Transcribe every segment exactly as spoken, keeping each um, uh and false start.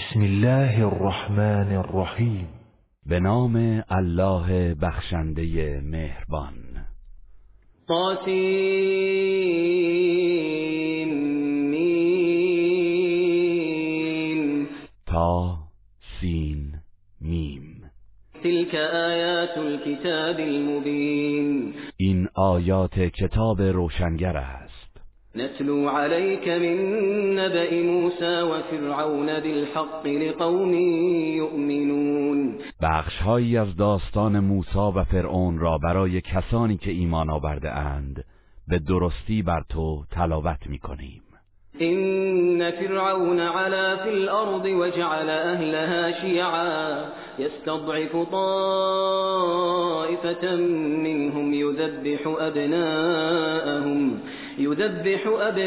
بسم الله الرحمن الرحیم. به نام الله بخشنده مهربان. طاسیم میم. تا سین میم. تلك آیات الكتاب المبین. این آیات کتاب روشنگر است. نتلو عليك من نبأ موسى وفرعون بالحق لقوم يؤمنون. بخش‌هایی از داستان موسی و فرعون را برای کسانی که ایمان آورده اند به درستی بر تو تلاوت می‌کنیم. إن فرعون علا في الأرض وجعل أهلها شيعا يستضعف طائفة منهم يذبح أبناءهم يذبح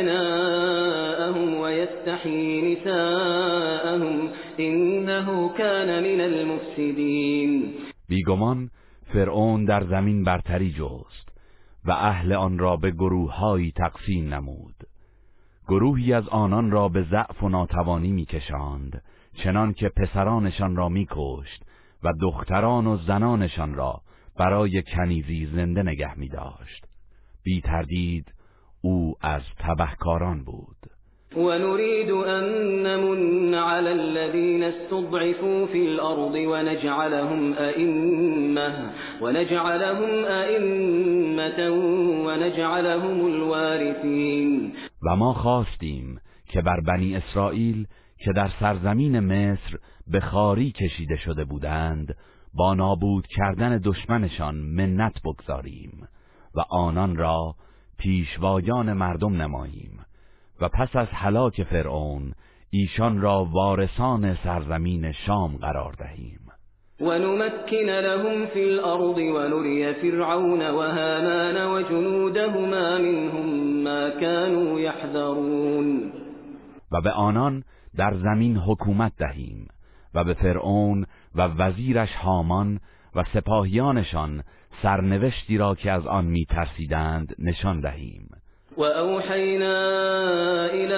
أبناءهم ويستحيي نساءهم إنه كان من المفسدين. بیگمان فرعون در زمین برتری جست و اهل آن را به گروه‌هایی تقسیم نمود. گروهی از آنان را به ضعف و ناتوانی می‌کشاند، چنان که پسرانشان را می‌کشت و دختران و زنانشان را برای کنیزی زنده نگه می‌داشت. بی تردید او از تبهکاران بود. ونريد أن نمن على الذين استضعفوا في الأرض ونجعلهم أئمة ونجعلهم أئمة ونجعلهم الوارثين. و ما خواستیم که بر بنی اسرائیل که در سرزمین مصر به خواری کشیده شده بودند با نابود کردن دشمنشان منت بگذاریم و آنان را پیشوایان مردم نماییم و پس از هلاک فرعون ایشان را وارثان سرزمین شام قرار دهیم. ونمكن لهم في الأرض ونري فرعون وهامان وجنودهما منهم ما كانوا يحذرون. و به آنان در زمین حکومت دهیم و به فرعون و وزیرش هامان و سپاهیانشان سرنوشتی را که از آن می ترسیدند نشان دهیم. و اوحینا الی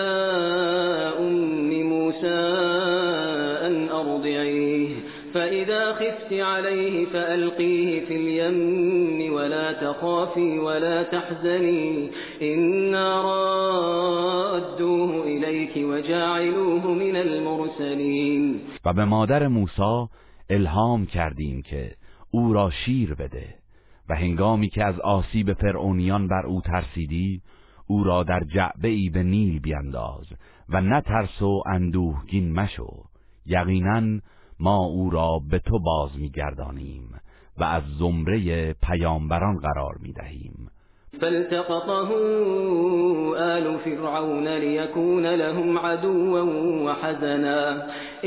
ام موسی ان ارضعیه فاذا خفت علیه فالقیه فی الیم ولا تخافی ولا تحزنی انا رادوه الیک وجاعلوه من المرسلین. و به مادر موسی الهام کردیم که او را شیر بده و هنگامی که از آسیب فرعونیان بر او ترسیدی او را در جعبه‌ای به نیل بینداز و نترس و اندوهگین مشو، یقینا ما او را به تو باز می‌گردانیم و از زمره پیامبران قرار می‌دهیم. فالتقطه آل فرعون ليكون لهم عدوا وحزنا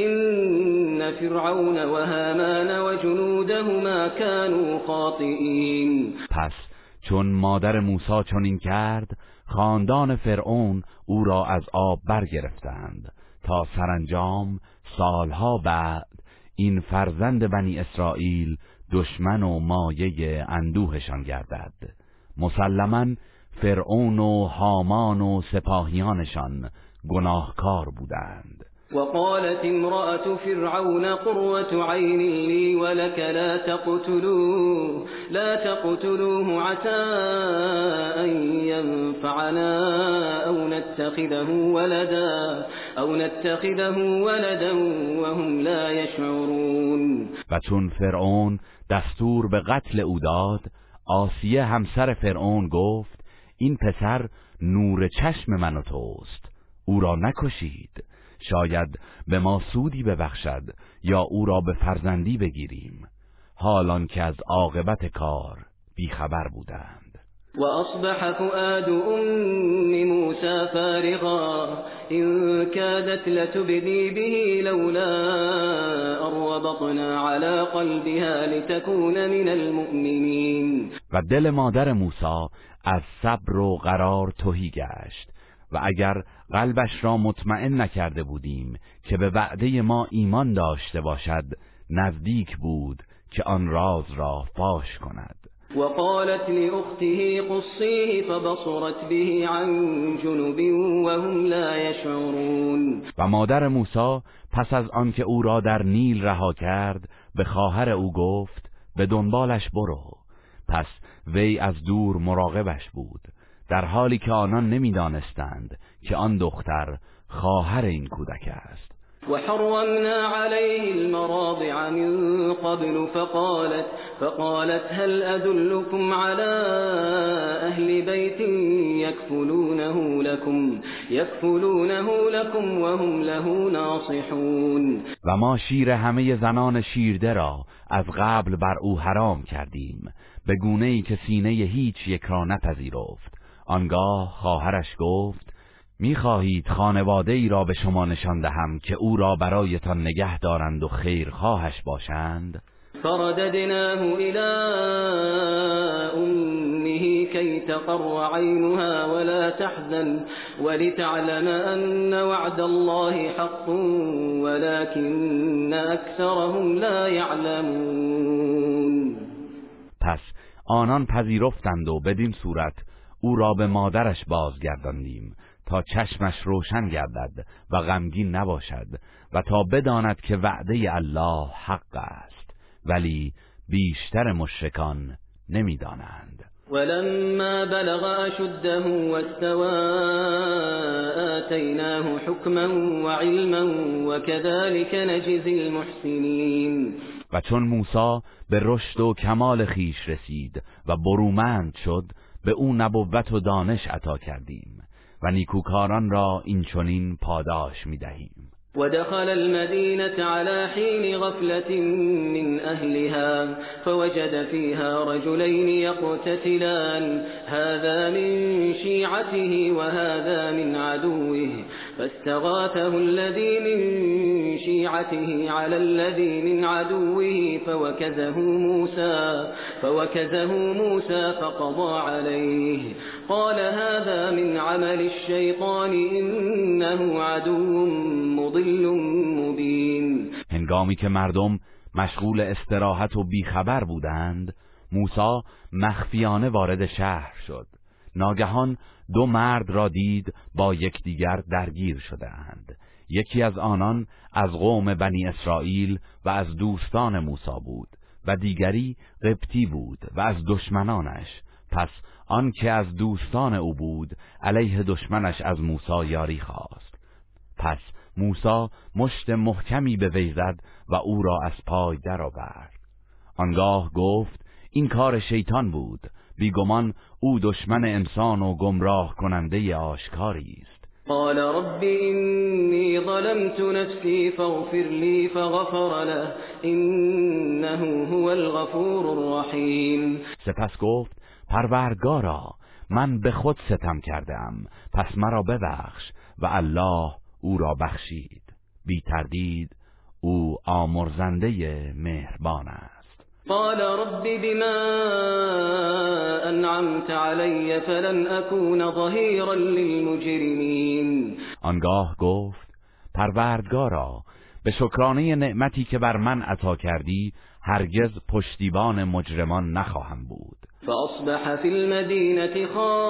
إن فرعون وهامان وجنودهما كانوا خاطئين. پس چون مادر موسی چنین کرد خاندان فرعون او را از آب برگرفتند تا سرانجام سالها بعد این فرزند بنی اسرائیل دشمن و مایه اندوهشان گردد. مسلماً فرعون و هامان و سپاهیانشان گناهکار بودند. وقالت امرأة فرعون قرة عين لي ولك لا تقتلوه لا تقتلوه عسى أن ينفعنا أو نتخذه ولدا أو نتخذه ولدا وهم لا يشعرون. و چون فرعون دستور به قتل او داد، آسیه همسر فرعون گفت این پسر نور چشم من و توست، او را نکشید، شاید به ما سودی ببخشد یا او را به فرزندی بگیریم، حالان که از عاقبت کار بیخبر بودند. و اصبح فؤاد ام موسی فارغا ان كادت لتبدی به لولا اربطنا على قلبها لتكون من المؤمنین. و دل مادر موسی از صبر و قرار تهی گشت و اگر قلبش را مطمئن نکرده بودیم که به وعده ما ایمان داشته باشد نزدیک بود که آن راز را فاش کند. وقالت لأخته قصيه فبصرت به عن جنب وهم لا يشعرون. و مادر موسی پس از آنکه او را در نیل رها کرد به خواهر او گفت به دنبالش برو. پس وی از دور مراقبش بود، در حالی که آنان نمیدانستند که آن دختر خواهر این کودک است. وحرمنا عليه المراضع من قبل فقالت فقالت هل أدلكم على أهل بيت يكفلونه لكم يكفلونه لكم وهم له ناصحون. و ما شیر همه زنان شیرده را از قبل بر او حرام کردیم به گونه‌ای که سینه هیچ یک را نپذیرفت. آنگاه خواهرش گفت می‌خواهید خانواده ای را به شما نشان دهم که او را برایتان نگه دارند و خیرخواهش باشند؟ فرددناه إلى أمه كي تقر عينها ولا تحزن ولتعلم أن وعد الله حق ولكن أكثرهم لا يعلمون. پس آنان پذیرفتند و بدین صورت او را به مادرش بازگرداندیم تا چشمش روشن گردد و غمگین نباشد و تا بداند که وعده الله حق است، ولی بیشتر مشرکان نمیدانند. ولما بلغ أشده واستوى آتيناه حكما وعلما وكذلك نجزي المحسنين. و چون موسی به رشد و کمال خیش رسید و برومند شد به او نبوت و دانش عطا کردیم و نیکوکاران را این چنین پاداش می‌دهیم. ودخل المدينة على حين غفلة من أهلها فوجد فيها رجلين يقتتلان هذا من شيعته وهذا من عدوه فاستغاثه الذي من شيعته على الذي من عدوه فوكزه موسى فوكزه موسى فقضى عليه قال هذا من عمل الشيطان إنه عدو مضل مبین. هنگامی که مردم مشغول استراحت و بیخبر بودند، موسی مخفیانه وارد شهر شد. ناگهان دو مرد را دید با یکدیگر درگیر شده‌اند. یکی از آنان از قوم بنی اسرائیل و از دوستان موسی بود و دیگری قبطی بود و از دشمنانش. پس آن که از دوستان او بود علیه دشمنش از موسی یاری خواست. پس موسی مشت محکمی به وی زد و او را از پای درآورد. آنگاه گفت این کار شیطان بود، بیگمان او دشمن انسان و گمراه کننده آشکاری است. قال رب إني ظلمت نفسي فاغفر لي فغفر له إنه هو الغفور الرحیم. سپس گفت پروردگارا من به خود ستم کردم، پس مرا ببخش و الله او را بخشید. بی تردید او آمرزنده مهربان است. قال رب بما انعمت علی فلن اكون ظهیرا للمجرمین. آنگاه گفت پروردگارا به شکرانه نعمتی که بر من عطا کردی هرگز پشتیبان مجرمان نخواهم بود. فأصبح في المدينة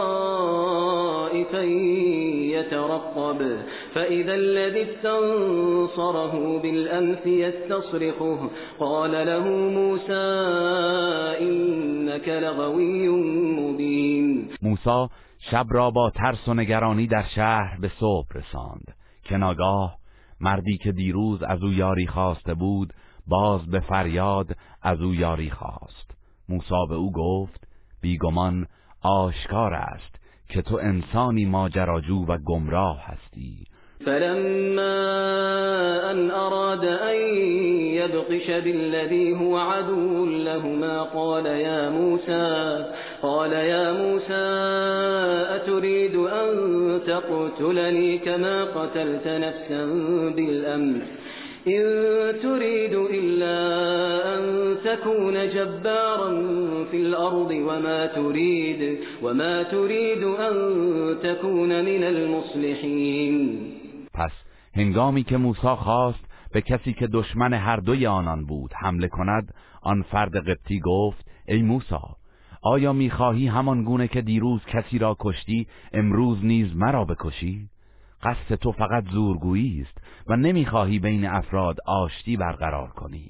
خائفا يترقب فإذا الذي استنصره بالأمس يستصرخه قال له موسى إنك لغوي مبين. موسی شب را با ترس و نگرانی در شهر به صبح رساند که ناگاه مردی که دیروز از او یاری خواسته بود باز به فریاد از او یاری خواست. موسی به او گفت بیگمان آشکار است که تو انسانی ماجراجو و گمراه هستی. فلما ان اراد ان يبطش بالذي هو عدو لهما قال يا موسى قال يا موسى اتريد ان تقتلني كما قتلت نفسا بالامس إن تريد إلا أن تكون جبارا في الأرض وما تريد وما تريد أن تكون من المصلحين. پس هنگامی که موسی خواست به کسی که دشمن هر دوی آنان بود حمله کند، آن فرد قبطی گفت ای موسی آیا میخواهی همان گونه که دیروز کسی را کشتی امروز نیز مرا بکشی؟ قصد تو فقط زورگویی است و نمیخواهی بین افراد آشتی برقرار کنی.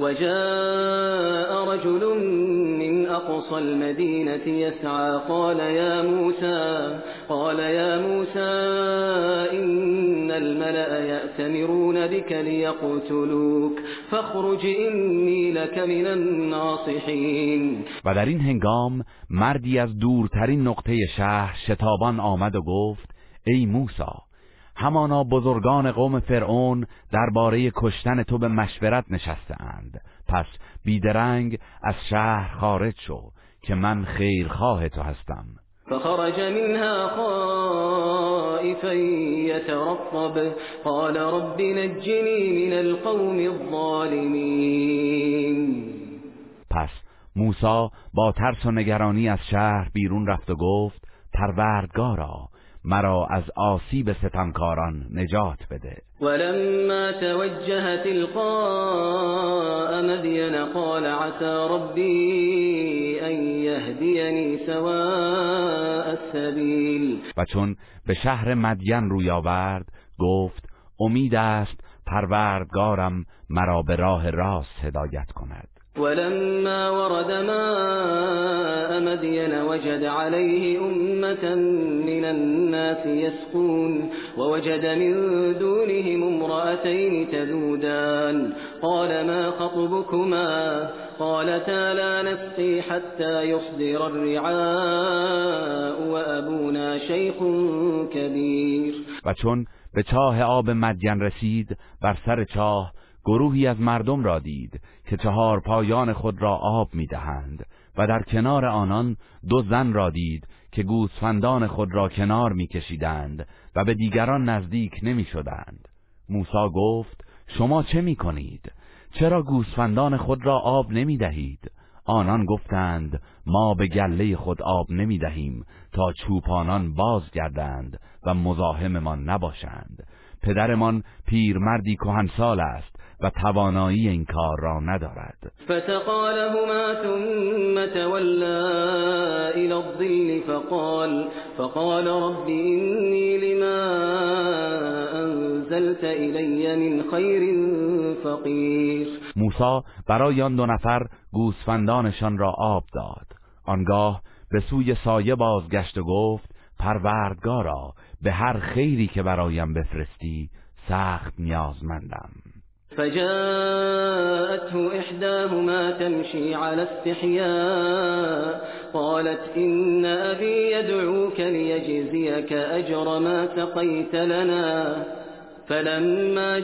وجاء رجل من أقصى المدينة يسعى قال يا موسى قال يا موسى إن الملأ يأتمرون بك ليقتلوك فاخرج إني لك من الناصحين. و در این هنگام مردی از دورترین نقطه شهر شتابان آمد و گفت ای موسی، همانا بزرگان قوم فرعون درباره کشتن تو به مشورت نشسته اند، پس بیدرنگ از شهر خارج شو که من خیرخواه تو هستم. فخرج منها خائفا يترقب قال رب نجني من القوم الظالمين. پس موسی با ترس و نگرانی از شهر بیرون رفت و گفت پروردگارا مرا از آسیب ستمکاران نجات بده. ولما توجه تلقاء مدين قال عسى ربي أن يهديني سواء السبيل. و چون به شهر مدین روی آورد گفت امید است پروردگارم مرا به راه راست هدایت کند. ولما ورد ماء مدين وجد عليه أمة من الناس يسقون ووجد من دونهم امرأتين تذودان قال ما خطبكما قالتا لا نسقي حتى يصدر الرعاء وأبونا شيخ كبير. و چون به چاه آب مدین رسید بر سر چاه گروهی از مردم را دید که چهار پایان خود را آب می‌دهند و در کنار آنان دو زن را دید که گوسفندان خود را کنار می‌کشیدند و به دیگران نزدیک نمی‌شدند. موسی گفت شما چه می‌کنید؟ چرا گوسفندان خود را آب نمی‌دهید؟ آنان گفتند ما به گله خود آب نمی‌دهیم تا چوپانان بازگردند و مزاحممان نباشند. پدرمان پیرمردی کهنسال است و توانایی این کار را ندارد. فسقى لهما ثم تولى إلى الظل فقال فقال رب إني لما أنزلت إلي من خير فقير. موسی برای آن دو نفر گوسفندانشان را آب داد. آنگاه به سوی سایه بازگشت و گفت پروردگارا به هر خیری که برایم بفرستی سخت نیازمندم. فجاءته إحداهما تمشي على استحياء قالت إن أبي يدعوك ليجزيك أجر ما سقيت لنا فلما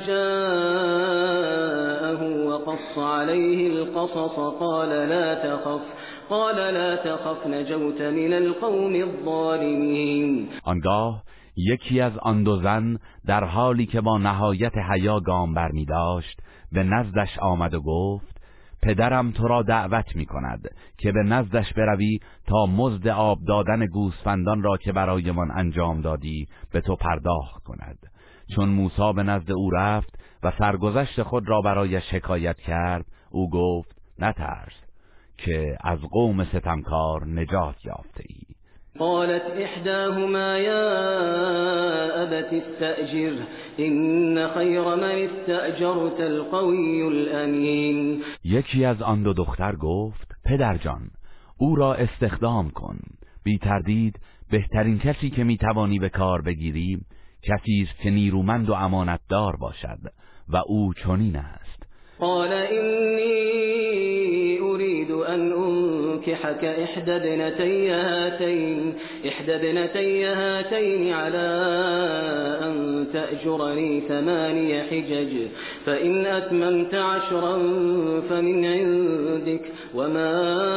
جاءه وقص عليه القصص قال لا تخف قال لا تخف نجوت من القوم الظالمين. آنگاه یکی از آن دو زن در حالی که با نهایت حیا گام برمی داشت به نزدش آمد و گفت پدرم تو را دعوت می کند که به نزدش بروی تا مزد آب دادن گوسفندان را که برایمان انجام دادی به تو پرداخت کند. چون موسی به نزد او رفت و سرگذشت خود را برایش حکایت کرد او گفت نترس که از قوم ستمکار نجات یافته ای. قالت إحداهما يا أبت استأجر إن خير من استأجرت القوي الأمين. یکی از آن دو دختر گفت پدر جان او را استخدام کن، بی تردید بهترین کسی که می توانی به کار بگیری کسی است که نیرومند و امانتدار باشد و او چنین است. قال إني أريد أن أنكحك إحدى ابنتي هاتين إحدى ابنتي هاتين على أن تأجرني ثماني حجج فإن أتممت عشرا فمن عندك وما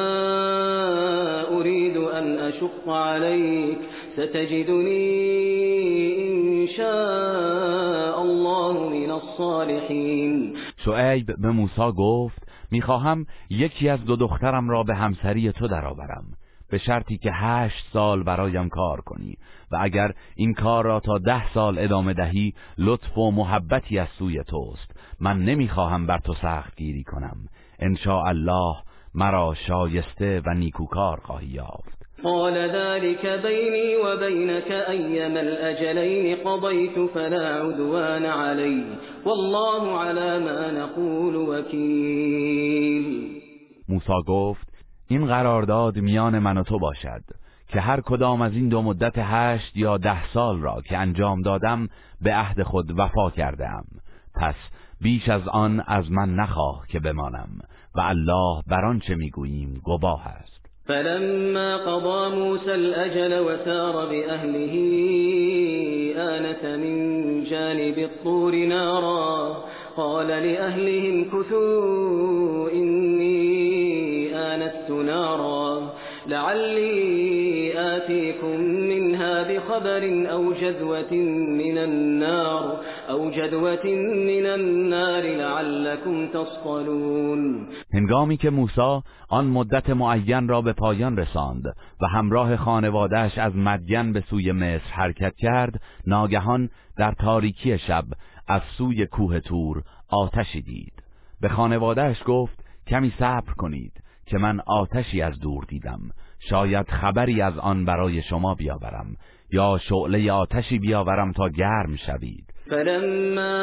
أريد أن أشق عليك ستجدني إن شاء الله من الصالحين. شعیب به موسی گفت میخواهم یکی از دو دخترم را به همسری تو درآورم به شرطی که هشت سال برایم کار کنی و اگر این کار را تا ده سال ادامه دهی لطف و محبتی از سوی توست. من نمیخواهم بر تو سخت گیری کنم. ان شاء الله مرا شایسته و نیکوکار خواهی یافت. قال ذلك بيني وبينك أيما الأجلين قضيت فلا عدوان علي والله على ما نقول وكيل. موسی گفت این قرارداد میان من و تو باشد که هر کدام از این دو مدت هشت یا ده سال را که انجام دادم به عهد خود وفا کردم، پس بیش از آن از من نخواه که بمانم و الله بر آنچه میگوییم گواه است. فلما قضى موسى الأجل وسار بأهله آنس من جانب الطور نارا قال لأهلهم كثوا إني آنست نارا لعلي آتيكم منها بخبر أو جذوة من النار أو جذوة من النار لعلكم تصطلون. هنگامی که موسی آن مدت معین را به پایان رساند و همراه خانواده‌اش از مدین به سوی مصر حرکت کرد، ناگهان در تاریکی شب از سوی کوه طور آتشی دید. به خانواده‌اش گفت کمی صبر کنید که من آتشی از دور دیدم، شاید خبری از آن برای شما بیاورم یا شعله آتشی بیاورم تا گرم شوید. فلما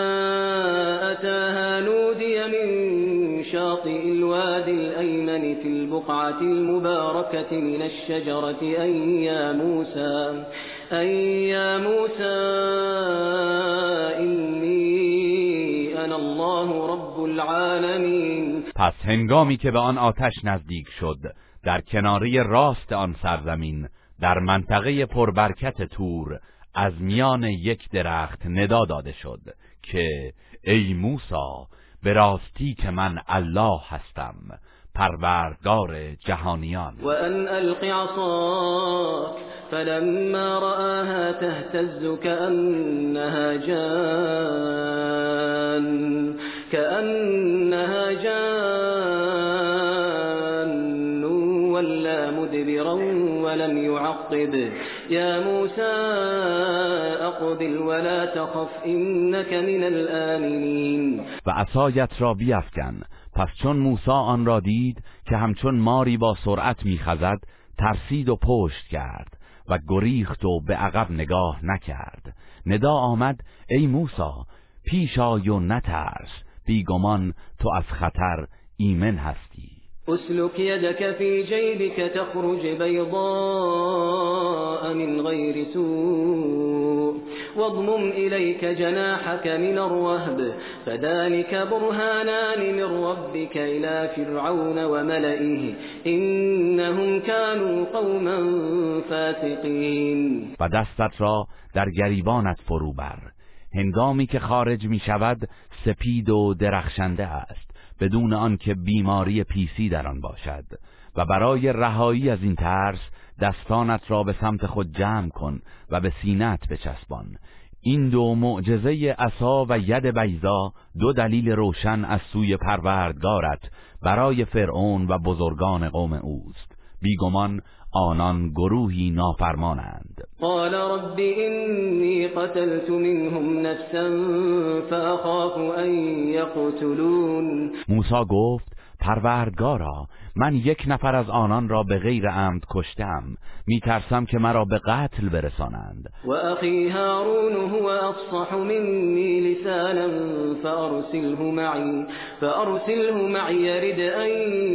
أتاها نودي من شاطئ الوادي الأيمن في البقعة المباركة من الشجرة أن يا موسى أن يا موسى إني أنا الله رب العالمين. پس هنگامی که به آن آتش نزدیک شد، در کناری راست آن سرزمین در منطقه پربرکت تور از میان یک درخت ندا داده شد که ای موسی، به راستی که من الله هستم، پروردگار جهانیان. و ان الق عصاک فلما رآها تهتز كأنها جان كأنها جان ولا مدبرا ولم يعقب يا موسى اقبل ولا تخف انك من الآمنين. و عصایت را بیفکن. پس چون موسی آن را دید که همچون ماری با سرعت میخزد، ترسید و پشت کرد و گریخت و به عقب نگاه نکرد. ندا آمد ای موسی، پیش آی و نترس، بیگمان تو از خطر ایمن هستی. اسلك يدك في جيبك تخرج بيضاء من غير سوء واضمم إليك جناحك من الرهب فذلك برهانان من ربك إلى فرعون وملئه إنهم كانوا قوما فاسقين. و دستت را در گریبانت فرو بر. هنگامی که خارج می شود سپید و درخشنده است، بدون آنکه بیماری پیسی در آن باشد. و برای رهایی از این ترس دستانت را به سمت خود جمع کن و به سینه‌ات بچسبان. این دو معجزه عصا و ید بیضا دو دلیل روشن از سوی پروردگارت برای فرعون و بزرگان قوم اوست. بیگمان آنان گروهی نافرمانند. قال رب إني قتلت منهم نفسا فأخاف أن يقتلون. موسی گفت پروردگارا، من یک نفر از آنان را به غیر عمد کشتم، میترسم که مرا به قتل برسانند. و اخی هارون هو افصح منی لسانا فارسله معی فارسله معی يرد ان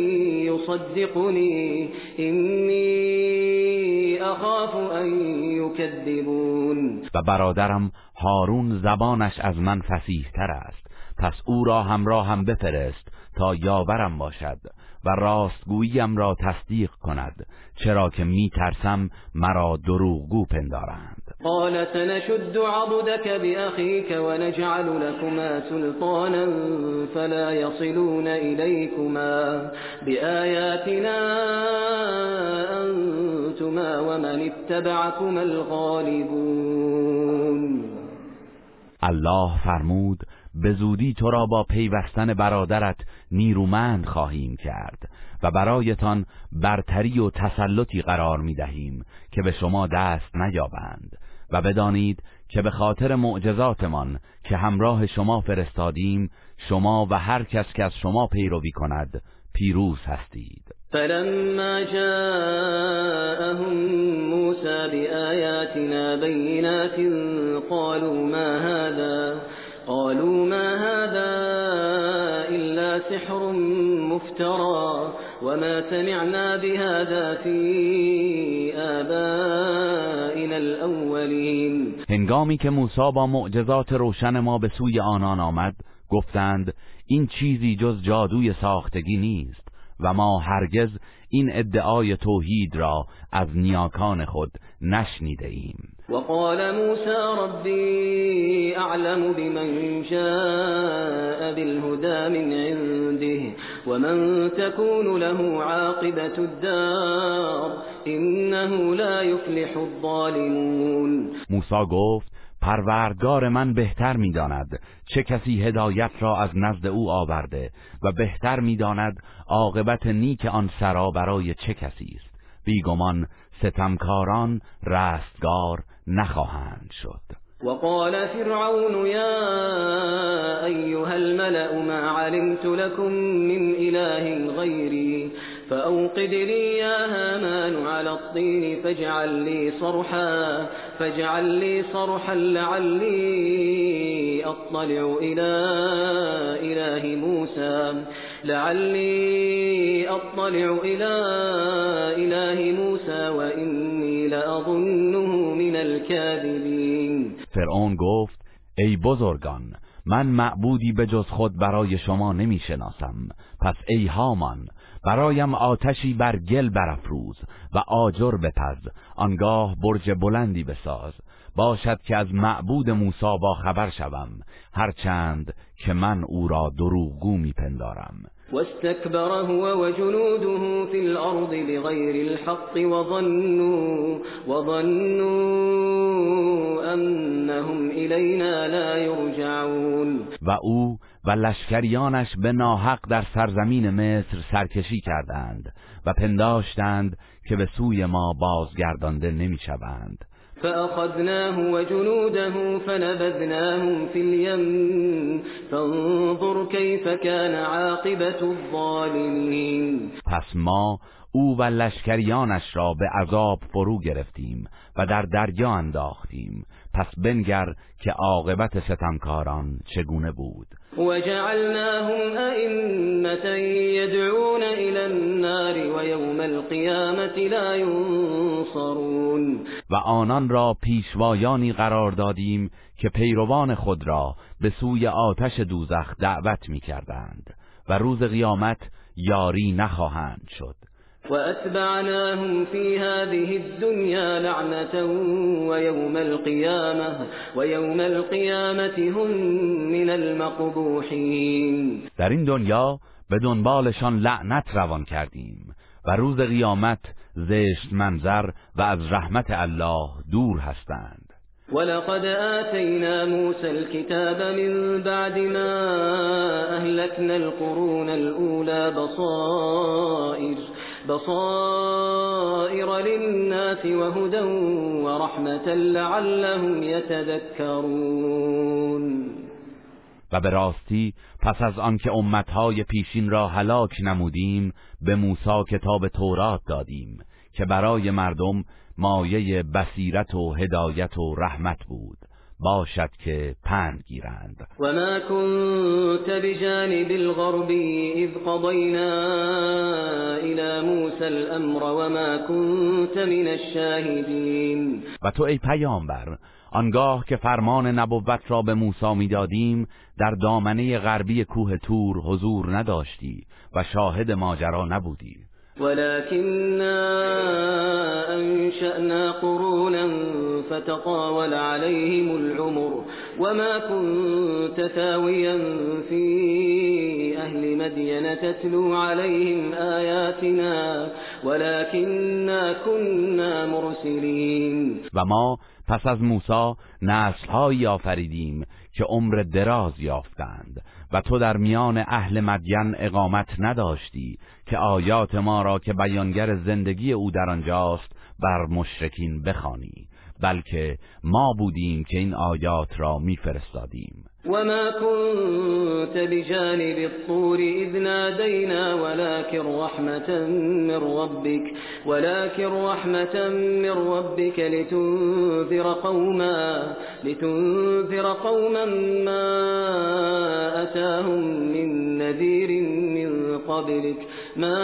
يصدقني اینی اخاف ان یکذبون. و برادرم هارون زبانش از من فصیح تر است، پس او را همراه هم بفرست تا یاورم باشد و راستگوییم را تصدیق کند، چرا که می ترسم مرا دروغگو پندارند. قال سنشد عضدك بأخيك ونجعل لكما سلطانا فلا يصلون إليكما بآياتنا أنتما ومن اتبعكما الغالبون. الله فرمود به زودی تو را با پیوستن برادرت نیرومند خواهیم کرد و برایتان برتری و تسلطی قرار می دهیم که به شما دست نیابند. و بدانید که به خاطر معجزاتمان که همراه شما فرستادیم، شما و هر کس که از شما پیروی کند پیروز هستید. فلما جاءهم موسى بآياتنا بينات قالوا ما هذا قالوا ما هذا إلا سحر مفترى وما سمعنا بهذا في آبائنا الأولين. هنگامی که موسی با معجزات روشن ما به سوی آنان آمد، گفتند این چیزی جز جادوی ساختگی نیست و ما هرگز این ادعای توحید را از نیاکان خود نشنیده ایم. وقال موسى ربي أعلم بمن جاء بالهدى من عنده ومن تكون له عاقبة الدار إنه لا يفلح الظالمون. موسی گفت پروردگار من بهتر می‌داند چه کسی هدایت را از نزد او آورده و بهتر می‌داند عاقبت نیک آن سرا برای چه کسی است. بیگمان ستمکاران رستگار نخواهند شد. وقال فرعون يا أيها الملأ ما علمت لكم من إله غيري فأوقد لي يا هامان على الطين فاجعل لي صرحا فاجعل لي صرحا لعلي أطلع إلى إله موسى لعلي أطلع إلى إله موسى وإني لأظنه من الكاذبين. فرعون گفت ای بزرگان، من معبودی به جز خود برای شما نمی شناسم. پس ای هامان، برایم آتشی بر گل برافروز و آجر بپز، آنگاه برج بلندی بساز، باشد که از معبود موسی با خبر شوم، هرچند که من او را دروغگو میپندارم. واستكبر هو وجنوده في الأرض بغير الحق وظنوا وظنوا أنهم إلينا لا يرجعون. و او و لشکریانش به ناحق در سرزمین مصر سرکشی کردند و پنداشتند که به سوی ما بازگردانده نمیشوند. فأخذناه وجنوده فنبذناهم في اليم فانظر كيف كان عاقبة الظالمين. پس ما او و لشکریانش را به عذاب فرو گرفتیم و در دریا انداختیم، پس بنگر که عاقبت ستمکاران چگونه بود. وجعلناهم أئمة يدعون إلى النار ويوم القيامة لا ينصرون. و آنان را پیشوایانی قرار دادیم که پیروان خود را به سوی آتش دوزخ دعوت می کردند و روز قیامت یاری نخواهند شد. وأتبعناهم في هذه الدنيا لعنة ويوم القيامة ويوم القيامة هم من المقبوحين. در این دنیا به دنبالشان لعنت روان کردیم و روز قیامت زشت منظر و از رحمت الله دور هستند. ولقد آتينا موسى الكتاب من بعد ما أهلكنا القرون الأولى بصائر بصائر للناس وهدى ورحمة لعلهم يتذكرون. و به راستی پس از آنکه امتهای پیشین را هلاک نمودیم به موسی کتاب تورات دادیم که برای مردم مایه بصیرت و هدایت و رحمت بود، باشد که پند گیرند. و ما كنت بجانب الغربی اذ قضینا الى موسى الامر و ما كنت من الشاهدین. و تو ای پیامبر آنگاه که فرمان نبوت را به موسی میدادیم در دامنه غربی کوه تور حضور نداشتی و شاهد ماجرا نبودی. ولكننا أنشأنا قرونا فتطاول عليهم العمر وما كنت ثاويا في أهل مدين تتلو عليهم آياتنا ولكننا كنا مرسلين. و ما پس از موسی نسل‌هایی آفریدیم که عمر دراز یافتند و تو در میان اهل مدین اقامت نداشتی که آیات ما را که بیانگر زندگی او در آنجاست بر مشرکین بخوانی، بلکه ما بودیم که این آیات را میفرستادیم. وما كنت بجانب الطور إذ نادينا ولكن رحمة من ربك ولكن رحمة من ربك لتنذر قوما لتنذر قوما ما أتاهم من نذير من قبلك ما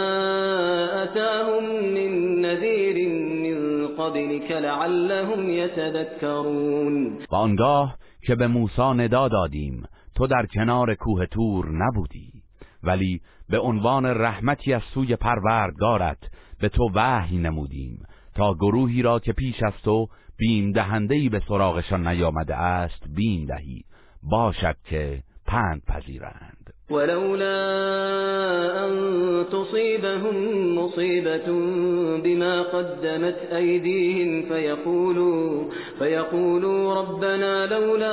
أتاهم من نذير من قبلك لعلهم يتذكرون. و آنگاه که به موسی ندا دادیم تو در کنار کوه طور نبودی، ولی به عنوان رحمتی از سوی پروردگارت به تو وحی نمودیم تا گروهی را که پیش از تو بیم دهنده‌ای به سراغشان نیامده است بیم دهی، باشد که پند پذیرند. ولولا أن تصيبهم مصيبة بما قدمت أيديهم فيقولوا, فيقولوا ربنا لولا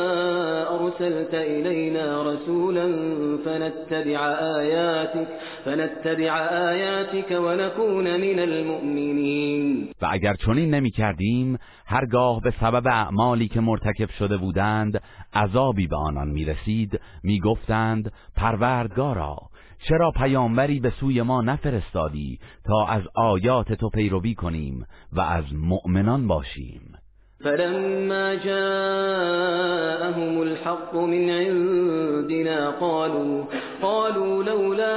أرسلت إلينا رسولا فنتبع آياتك, فنتبع آياتك ونكون من المؤمنين. و اگر چنین نمی کردیم هرگاه به سبب اعمالی که مرتکب شده بودند عذابی به آنان می رسید می گفتند پروردگارا چرا پیامبری به سوی ما نفرستادی تا از آیات تو پیروی کنیم و از مؤمنان باشیم. فلما جاءهم الحق من عندنا قالوا قالوا لولا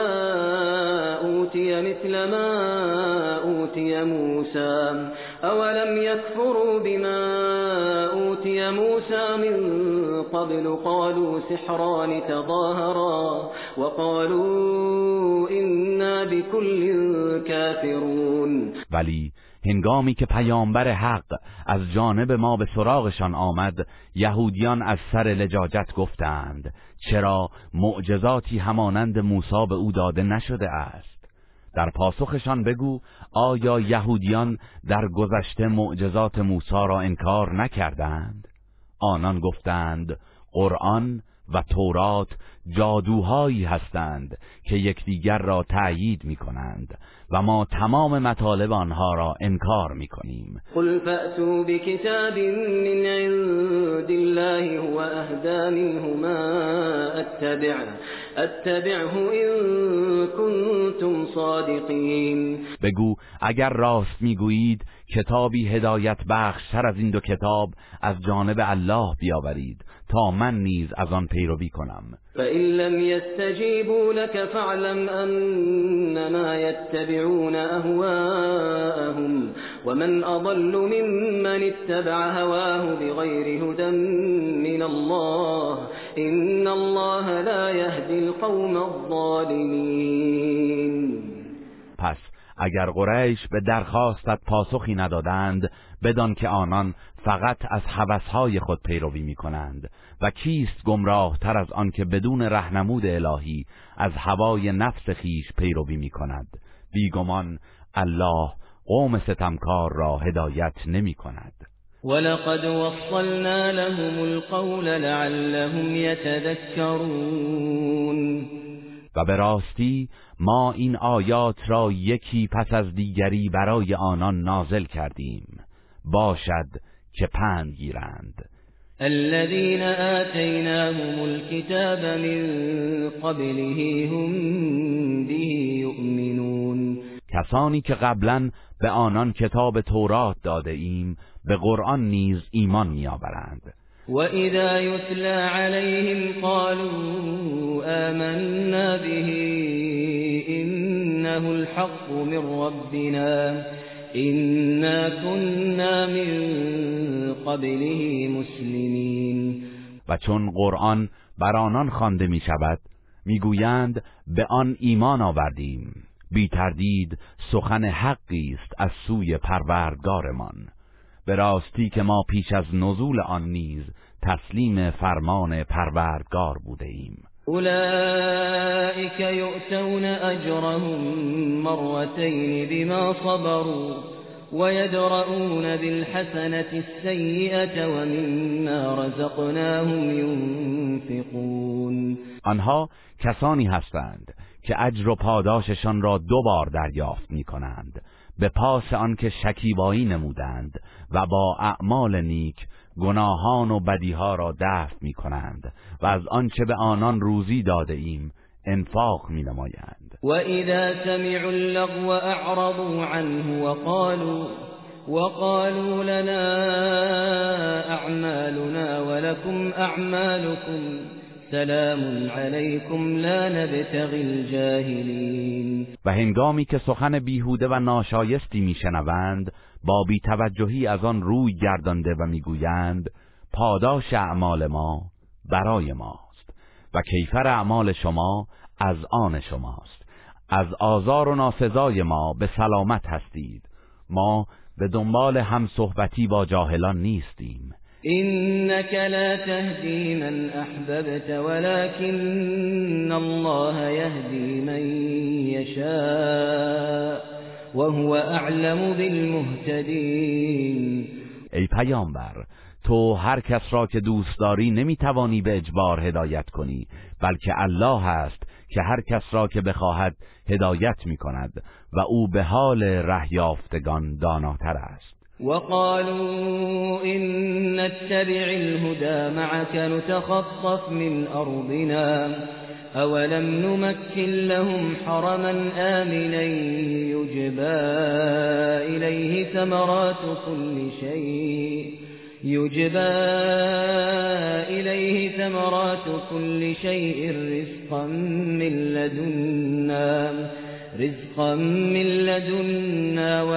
أوتي مثل ما أوتي موسى أولم يكفروا بما أوتي موسى من قبل قالوا سحران تظاهرا وقالوا إنا بكل كافرون. ولی هنگامی که پیامبر حق از جانب ما به سراغشان آمد یهودیان از سر لجاجت گفتند چرا معجزاتی همانند موسی به او داده نشده است؟ در پاسخشان بگو آیا یهودیان در گذشته معجزات موسی را انکار نکردند؟ آنان گفتند قرآن و تورات جادوهایی هستند که یکدیگر را تأیید می کنند و ما تمام مطالب آنها را انکار می کنیم. قل فأتوا بكتاب من عند الله هو أهدى منهما اتبع اتبعه إن كنتم صادقین. بگو اگر راست میگویید کتابی هدایت بخشتر از این دو کتاب از جانب الله بیاورید تا من نیز از آن پیروی کنم. فإن لم يستجيبوا لك فاعلم أنما يتبعون أهواءهم ومن أضل ممن اتبع هواه بغير هدى من الله إن الله لا يهدي القوم الظالمين. پس اگر قریش به درخواستت پاسخی ندادند بدان که آنان فقط از هوسهای خود پیروی می کنند و کیست گمراه تر از آن که بدون رهنمود الهی از هوای نفس خیش پیروی می کند. بیگمان الله قوم ستمکار را هدایت نمی کند. ولقد وصلنا لهم القول لعلهم يتذكرون. و به راستی ما این آیات را یکی پس از دیگری برای آنان نازل کردیم باشد که پند گیرند. الذين آتيناهم الكتاب من قبله هم به يؤمنون. کسانی که قبلا به آنان کتاب تورات داده ایم به قرآن نیز ایمان می‌آورند. وَإِذَا يُتْلَى عَلَيْهِمْ قَالُوا آمَنَّا بِهِ إِنَّهُ الْحَقُّ مِنْ رَبِّنَا إِنَّا كُنَّا مِنْ قَبْلِهِ مُسْلِمِينَ. و چون قرآن بر آنان خوانده می شود می گویند به آن ایمان آوردیم، بی تردید سخن حقی است از سوی پروردگارمان. به راستی که ما پیش از نزول آن نیز تسلیم فرمان پروردگار بوده ایم. اولئک یؤتون اجرهم مرتين بما صبروا ويدرؤون بالحسنة السيئة ومما رزقناهم ينفقون. آنها کسانی هستند که اجر و پاداششان را دو بار دریافت می کنند به پاس آنکه شکیبایی نمودند و با اعمال نیک گناهان و بدیها را دفع می کنند و از آنچه به آنان روزی داده ایم انفاق می نمایند. و اذا سمعوا اللغو اعرضوا عنه وقالوا وقالوا لنا اعمالنا ولكم اعمالكم سلام علیکم لا نبتغی الجاهلین. و هنگامی که سخن بیهوده و ناشایستی میشنوند با بی‌توجهی از آن روی گردانده و میگویند پاداش اعمال ما برای ماست و کیفر اعمال شما از آن شماست. از آزار و ناسزای ما به سلامت هستید. ما به دنبال هم صحبتی با جاهلان نیستیم. إنك لا تهدي من أحببت ولكن الله يهدي من يشاء وهو أعلم بالمهتدين. ای پیامبر، تو هر کس را که دوست داری نمیتوانی به اجبار هدایت کنی، بلکه الله است که هر کس را که بخواهد هدایت میکند و او به حال ره یافتگان داناتر است. وقالوا إن نتبع الهدى معك نتخطف من أرضنا أولم نمكن لهم حرما آمنا يجبى إليه ثمرات كل شيء يجبى إليه ثمرات كل شيء رزقا من لدنا رزقا من لدنا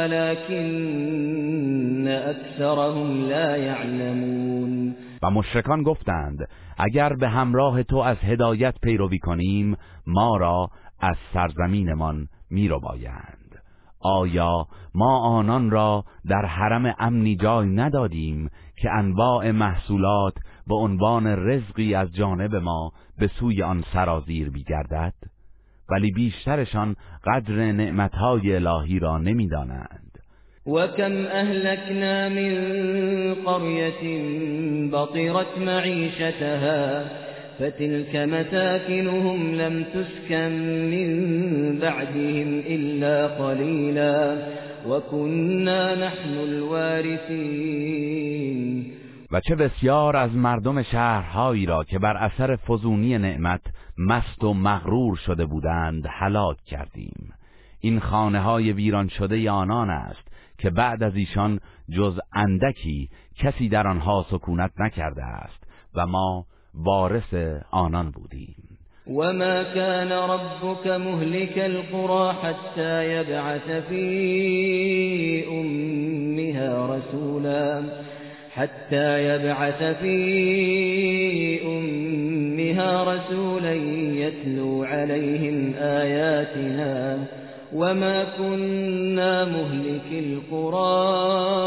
ولكن اکثرهم لا يعلمون. و مشرکان گفتند اگر به همراه تو از هدایت پیروی کنیم ما را از سرزمینمان میربایند. آیا ما آنان را در حرم امنی جای ندادیم که انواع محصولات به عنوان رزقی از جانب ما به سوی آن سرازیر بیگردد؟ ولی بیشترشان قدر نعمتهای الهی را نمیدانند. و کم اهلکنا من قرية بطرت معیشتها فتلك مساکنهم لم تسکن من بعدهم الا قلیلا و كنا نحن الوارثین. و چه بسیار از مردم شهرهایی را که بر اثر فزونی نعمت مست و مغرور شده بودند هلاک کردیم. این خانه های ویران شده آنان است که بعد از ایشان جز اندکی کسی در آنها سکونت نکرده است و ما وارث آنان بودیم. وما كان ربك مهلك القرى حتى يبعث في أمها رسولا حتى يبعث في أمها رسولا يتلو عليهم آياتنا وما كنا مهلك القرى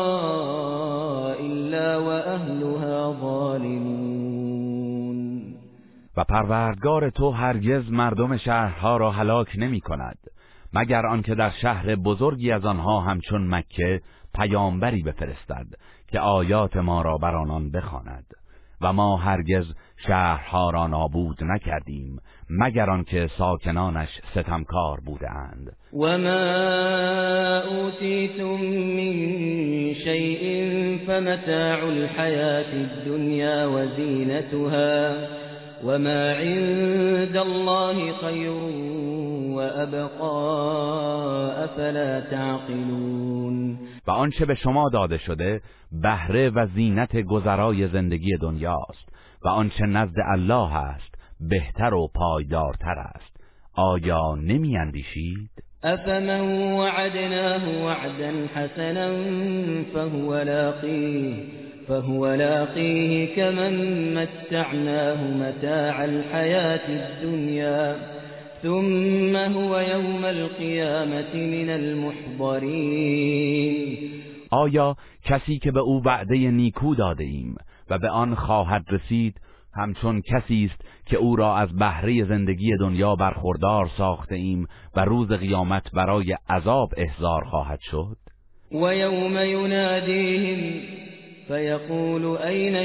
إلا وأهلها ظالمون. و پروردگار تو هرگز مردم شهرها را هلاک نمی کند مگر آنکه در شهر بزرگی از آنها همچون مکه پیامبری بفرستد که آیات ما را بر آنان بخواند و ما هرگز شهرها را نابود نکردیم مگر آنکه ساکنانش ستمکار بودند. و ما اوتیتم من شیء فمتاع الحیاة الدنیا و زینتها و ما عند الله خیر و ابقا افلا تعقلون. و آنچه به شما داده شده بهره و زینت گذرای زندگی دنیاست و آنچه نزد الله است بهتر و پایدارتر است. آیا نمی اندیشید؟ افمن وعدناه وعدا حسنا فهو لاقیه فهو لاقیه كمن متعناه متاع الحیاة الدنیا ثم هو یوم القیامة من المحضرین. آیا کسی که به او وعده نیکو داده ایم و به آن خواهد رسید همچون کسی است که او را از بهره زندگی دنیا برخوردار ساخته ایم و روز قیامت برای عذاب احضار خواهد شد؟ و یوم ینادیهم فیقول این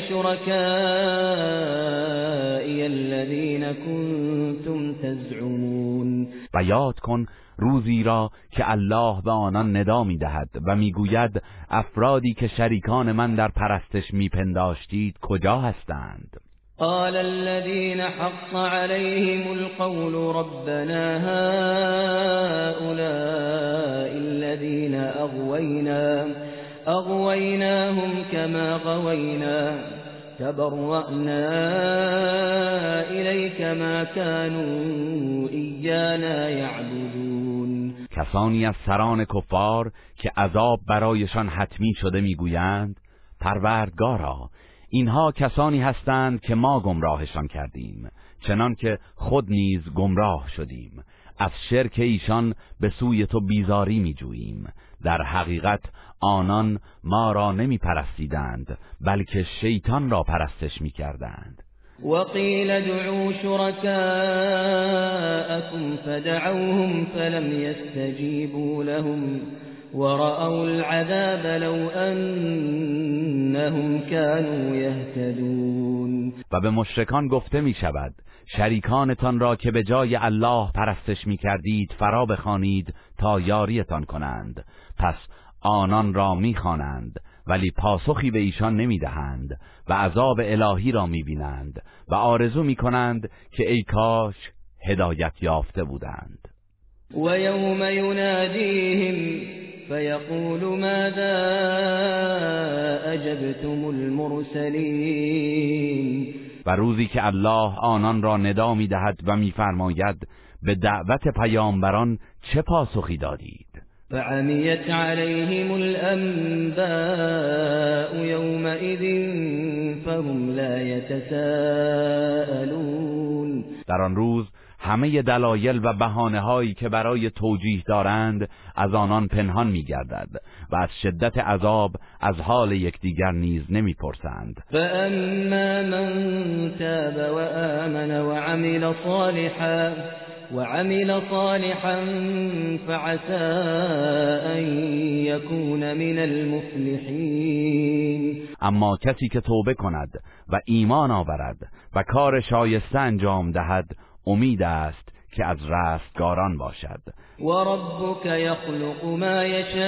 شرکائی الذین کنتم تزعمون. و یاد کن روزی را که الله به آنان ندا می‌دهد و می‌گوید افرادی که شریکان من در پرستش می‌پنداشتید کجا هستند؟ قال الذين حق عليهم القول ربنا هؤلاء الذين أغوينا أغويناهم كما غوينا تبرأنا إليك ما كانوا إيانا يعبدون. کسانی از سران کفار که عذاب برایشان حتمی شده میگویند پروردگارا اینها کسانی هستند که ما گمراهشان کردیم چنان که خود نیز گمراه شدیم. از شرک ایشان به سوی تو بیزاری می جوییم. در حقیقت آنان ما را نمی پرستیدند بلکه شیطان را پرستش می کردند. وقيل ادعوا شركاءكم فدعوهم فلم يستجيبوا لهم ورأوا العذاب لو أنهم كانوا يهتدون. و به مشرکان گفته می شود شریکانتان را که به جای الله پرستش می کردید فرا بخوانید تا یاریتان کنند. پس آنان را می خوانند ولی پاسخی به ایشان نمی دهند و عذاب الهی را می بینند و آرزو می کنند که ای کاش هدایت یافته بودند. و یوم ینادیهم فیقول ماذا اجبتم المرسلین. و روزی که الله آنان را ندا می دهد و می فرماید به دعوت پیامبران چه پاسخی دادید؟ فعمیت علیهم الانباء یومئذ فهم لا یتساءلون. در آن روز همه دلایل و بهانه هایی که برای توجیه دارند از آنان پنهان می گردد و از شدت عذاب از حال یکدیگر نیز نمی پرسند. فاما من تاب و آمن و عمل صالحا وعمل صالحا فعسى أن يكون من المفلحين. اما کسی که توبه کند و ایمان آورد و کار شایسته انجام دهد امید است که از رستگاران باشد. و ربک یخلق ما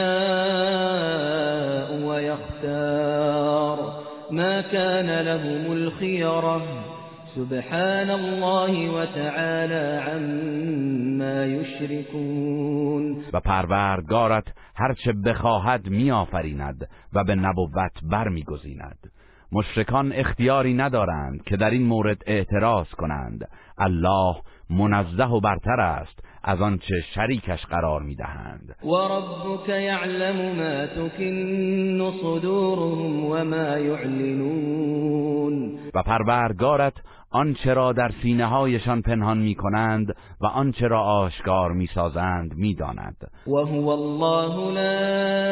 یشاء و یختار ما کان لهم الخیره سبحان الله و تعالی عما یشرکون. و پروردگارت هر چه بخواهد می آفریند و به نبوت بر می گزیند. مشرکان اختیاری ندارند که در این مورد اعتراض کنند. الله منزه و برتر است از آنچه شریکش قرار می دهند. و ربک یعلم ما تکن صدورهم و ما یعلنون. و پروردگارت آنچه را در سینه هایشان پنهان می کنند و آنچه را آشکار می سازند می داند. و هو الله لا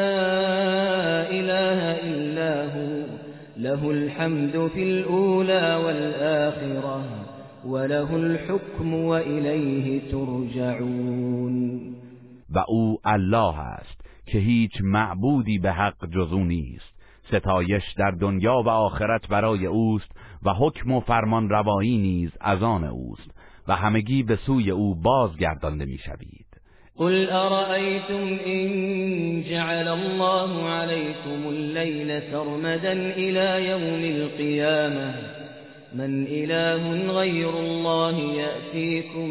اله الا هو له الحمد فی الاولی والآخرة وله الحكم وإلیه ترجعون. و او الله است که هیچ معبودی به حق جز او نیست. ستایش در دنیا و آخرت برای اوست و حکم و فرمان روایی نیز از آن اوست و همگی به سوی او بازگردانده میشوید. قل أرأيتم إن جعل الله عليكم الليل سرمدا إلى يوم القيامة من إله غير الله يأتيكم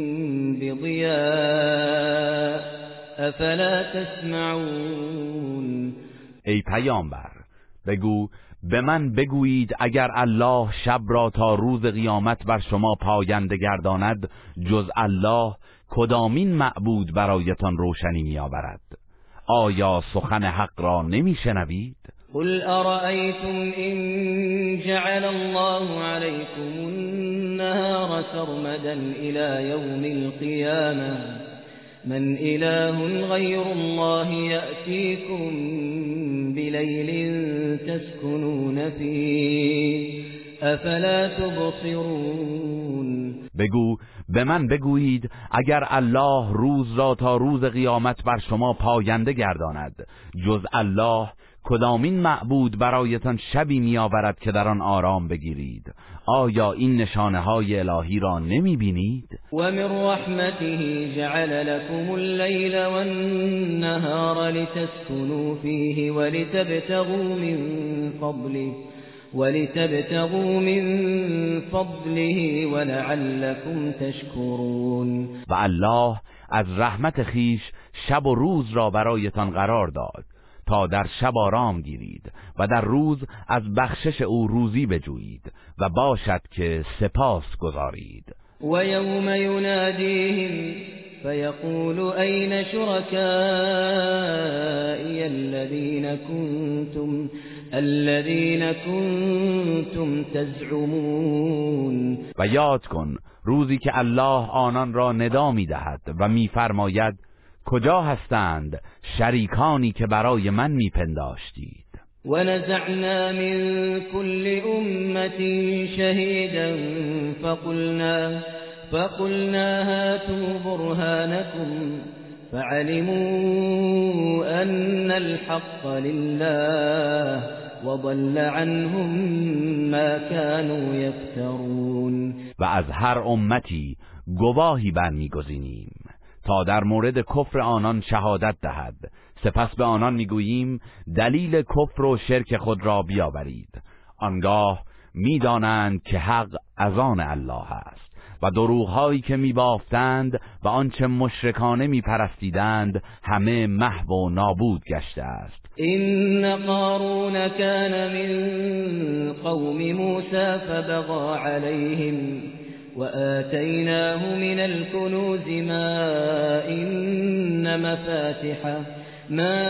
بضياء أفلا تسمعون. ای پیامبر بگو به من بگویید اگر الله شب را تا روز قیامت بر شما پاینده گرداند جز الله کدامین معبود برایتان روشنی می آورد؟ آیا سخن حق را نمی شنوید؟ قل أرأيتم إن جعل الله عليكم النهار سرمدا إلى يوم القيامة من إله غير الله يأتيكم بليل تسكنون فيه أفلا تبصرون. بگو به من بگویید اگر الله روز را تا روز قیامت بر شما پاینده گرداند جز الله کدامین معبود برایتان شبی میآورد که در آن آرام بگیرید؟ آیا این نشانه های الهی را نمی بینید؟ و من رحمته جعل لكم الليل والنهار لتسكنوا فيه ولتبتغوا من فضله ولتبتغوا من فضله ولعلكم تشكرون. و الله از رحمت خیش شب و روز را برایتان قرار داد تا در شب آرام گیرید و در روز از بخشش او روزی بجویید و باشد که سپاس گذارید. و یوم ینادیهم فیقول این شرکائی الذین کنتم الذین کنتم تزعمون. و یاد کن روزی که الله آنان را ندا می‌دهد و می‌فرماید کجا هستند شریکانی که برای من میپنداشتید؟ و نزعنا من كل امت شهیدا فقلنا فقلنا هاتوا برهانكم فعلموا ان الحق لله وضل عنهم ما كانوا يفترون. و از هر امتی گواهی برمیگزینیم تا در مورد کفر آنان شهادت دهد، سپس به آنان میگوییم دلیل کفر و شرک خود را بیاورید. آنگاه میدانند که حق از آن الله است و دروغ‌هایی که میبافتند و آنچه مشرکانه میپرستیدند همه محو و نابود گشته است. این قارون کان من قوم موسی فبغى علیهم وآتيناه من الكنوز ما إن مفاتحه ما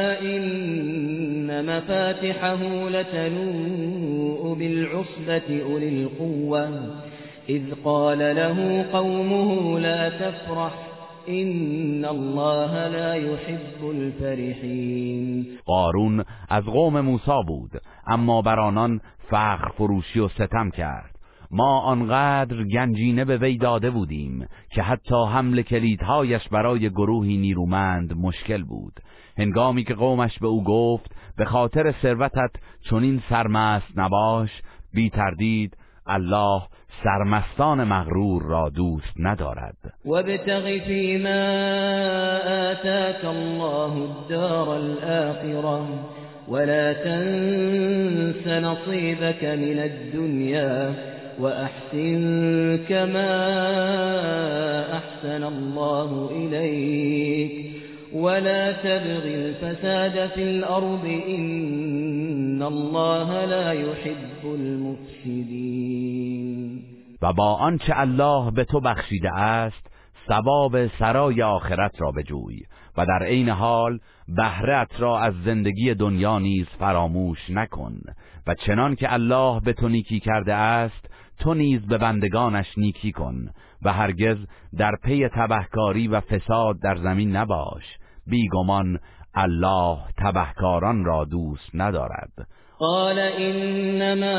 إن مفاتحه لتنوء بالعصبة أولي القوة إذ قال له قومه لا تفرح إن الله لا يحب الفرحين. قارون از قوم موسی بود اما بر آنان فخر فروشی و ستم کرد. ما آنقدر گنجینه به وی داده بودیم که حتی حمل کلیدهایش برای گروهی نیرومند مشکل بود. هنگامی که قومش به او گفت به خاطر ثروتت چنین سرمست نباش، بی تردید الله سرمستان مغرور را دوست ندارد. وابتغ فیما آتاک الله الدار الآخرة ولا تنس نصيبك من الدنيا وأحسن كما أحسن الله إليك ولا تبغ الفساد في الأرض إن الله لا يحب المفسدين. و با آنچه الله به تو بخشیده است ثواب سرای آخرت را بجوی و در عین حال بهره‌ات را از زندگی دنیا نیز فراموش نکن و چنان که الله به تو نیکی کرده است تو نیز به بندگانش نیکی کن و هرگز در پی تبهکاری و فساد در زمین نباش. بیگمان الله تبهکاران را دوست ندارد. قال انما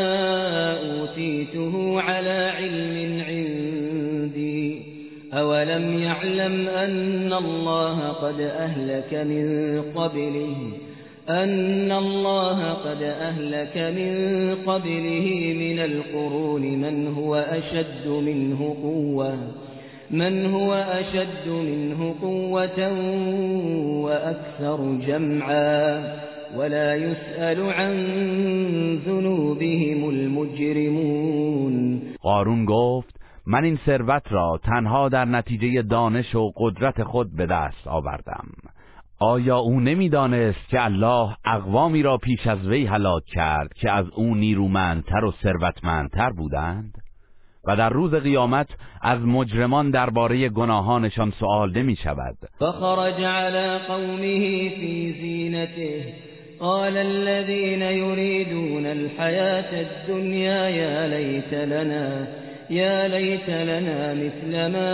اوتیته على علم عندي اولم يعلم ان الله قد اهلك من قبله ان الله قد اهلك من قبله من القرون من هو اشد منه قوة من هو اشد منه قوة واكثر جمعا ولا يسأل عن ذنوبهم المجرمون. قارون گفت من این ثروت را تنها در نتیجه دانش و قدرت خود به دست آوردم. آیا او نمیدانست که الله اقوامی را پیش از وی هلاک کرد که از او نیرومندتر و ثروتمندتر بودند؟ و در روز قیامت از مجرمان درباره گناهانشان سؤال نمی شود. فخرج على قومه في زینته قال الذين يريدون الحياة الدنيا يا ليت لنا يا ليت لنا مثل ما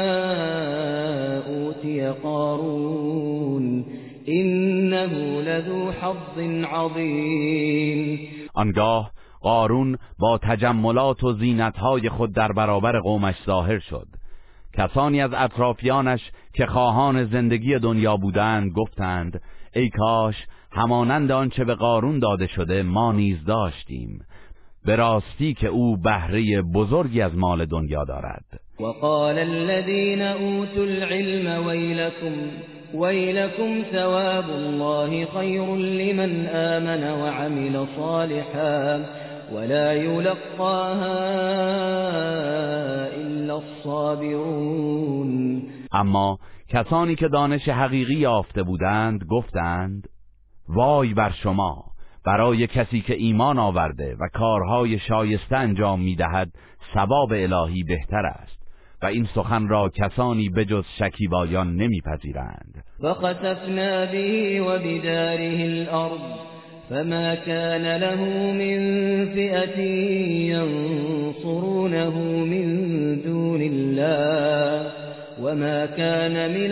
أوتي قارون إنه لذو حظ عظيم. آنگاه قارون با تجملات و زینتهای خود در برابر قومش ظاهر شد. کسانی از اطرافیانش که خواهان زندگی دنیا بودند گفتند ای کاش همانند آنچه به قارون داده شده ما نیز داشتیم، به راستی که او بهره بزرگی از مال دنیا دارد. وقال الذين اوتوا العلم ويلكم ويلكم ثواب الله خير لمن آمن وعمل صالحا ولا يلقاها الا الصابرون. اما کسانی که دانش حقیقی یافته بودند گفتند وای بر شما برای کسی که ایمان آورده و کارهای شایسته انجام می‌دهد ثواب الهی بهتر است و این سخن را کسانی بجز شکیبایان نمیپذیرند. فخسفنا به و بداره الارض فما كان له من فئة ينصرونه من دون الله وما كان من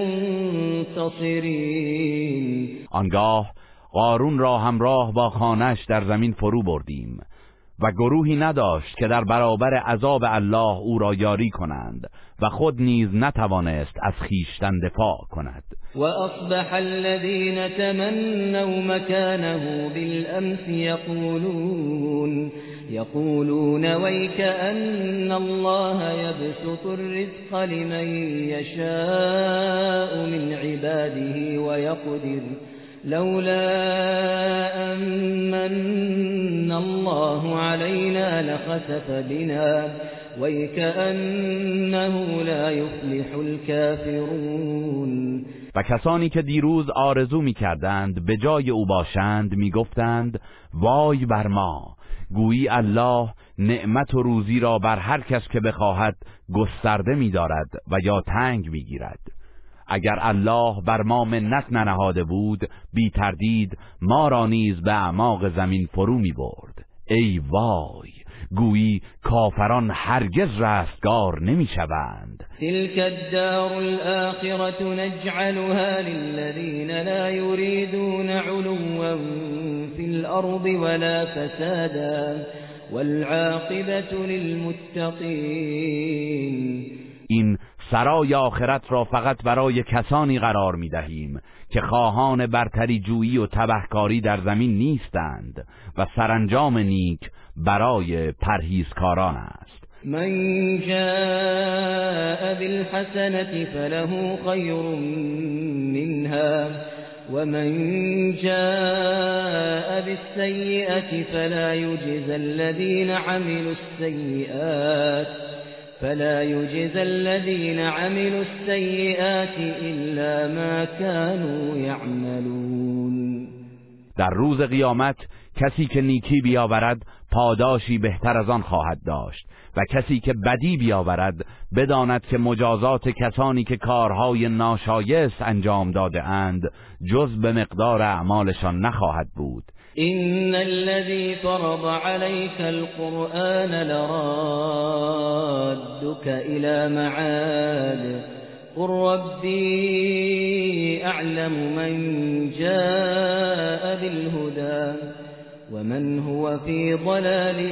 المنتصرین. آنگاه قارون را همراه با خانه‌اش در زمین فرو بردیم و گروهی نداشت که در برابر عذاب الله او را یاری کنند و خود نیز نتوانست از خویشتن دفاع کند. و اصبح الذين تمنوا مكانه بالامس يقولون يقولون ويكأن الله يبسط الرزق لمن يشاء من عباده ويقدر لولا أمن الله علينا لخسف بنا ويكأنه لا يفلح الكافرون. و کسانی که دیروز آرزو می کردند به جای او باشند می گفتند وای بر ما، گویی الله نعمت و روزی را بر هر کس که بخواهد گسترده می دارد و یا تنگ می گیرد. اگر الله بر ما منت ننهاده بود بی تردید ما را نیز به اعماق زمین فرو می برد. ای وای، گویی کافران هرگز رستگار نمی شوند. تلك الدار الآخرة نجعلها للذین لا يريدون علوا في الأرض ولا فسادا والعاقبة للمتقین. این سرای آخرت را فقط برای کسانی قرار می دهیم که خواهان برتری جویی و تبهکاری در زمین نیستند و سرانجام نیک برای پرهیزکاران است. من جاء بالحسنة فله خير منها ومن جاء بالسيئة فلا يجزى الذين عملوا السيئات فلا يجزى الذين عملوا السيئات إلا ما كانوا يعملون. در روز قیامت کسی که نیکی بیاورد پاداشی بهتر از آن خواهد داشت و کسی که بدی بیاورد بداند که مجازات کسانی که کارهای ناشایست انجام داده اند جز به مقدار اعمالشان نخواهد بود. إن الذي فرض عليك القرآن لرادك إلى معاد قل ربي أعلم من جاء بالهدى ومن هو في ضلال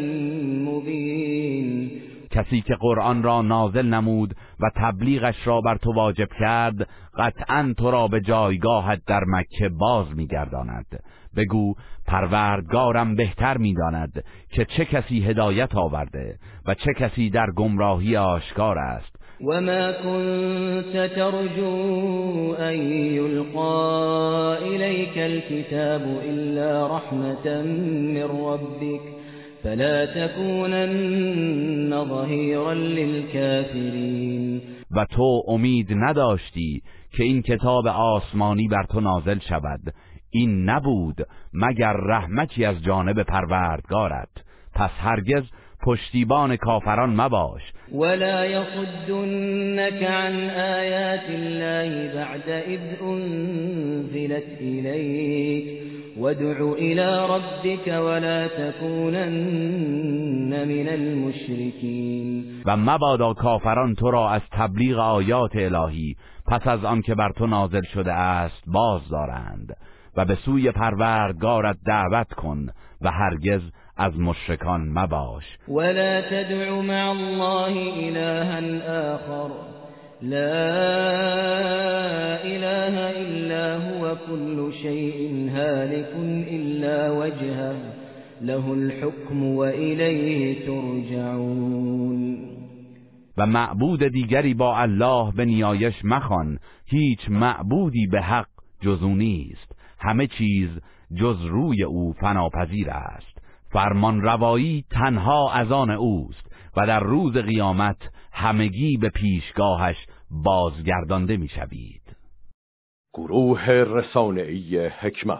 مبين. کسی که قرآن را نازل نمود و تبلیغش را بر تو واجب کرد قطعاً تو را به جایگاهت در مکه باز می‌گرداند. بگو پروردگارم بهتر می‌داند که چه کسی هدایت آورده و چه کسی در گمراهی آشکار است. وما كنت ترجو أن يلقى إليك الكتاب إلا رحمة من ربك فلا تكونن ظهيرا للكافرين. و تو امید نداشتی که این کتاب آسمانی بر تو نازل شود، این نبود مگر رحمتی از جانب پروردگارت، پس هرگز پشتیبان کافران مباش. ولا يصدنك عن آیات الله بعد اذ انزلت إليك وادع إلى ربك ولا تكونن من المشركين. و مبادا کافران تو را از تبلیغ آیات الهی پس از آن که بر تو نازل شده است باز دارند و به سوی پروردگارت دعوت کن و هرگز از مشرکان مباش. ولا تدع مع الله إلها آخر لا اله الا هو كل شيء هالك الا وجهه له الحكم والیه ترجعون. و معبود دیگری با الله به نیایش مخوان، هیچ معبودی به حق جز او نیست، همه چیز جز روی او فناپذیر است، فرمان روایی تنها از آن اوست و در روز قیامت همگی به پیشگاهش بازگردانده می شوید. گروه رسانه‌ای حکمت.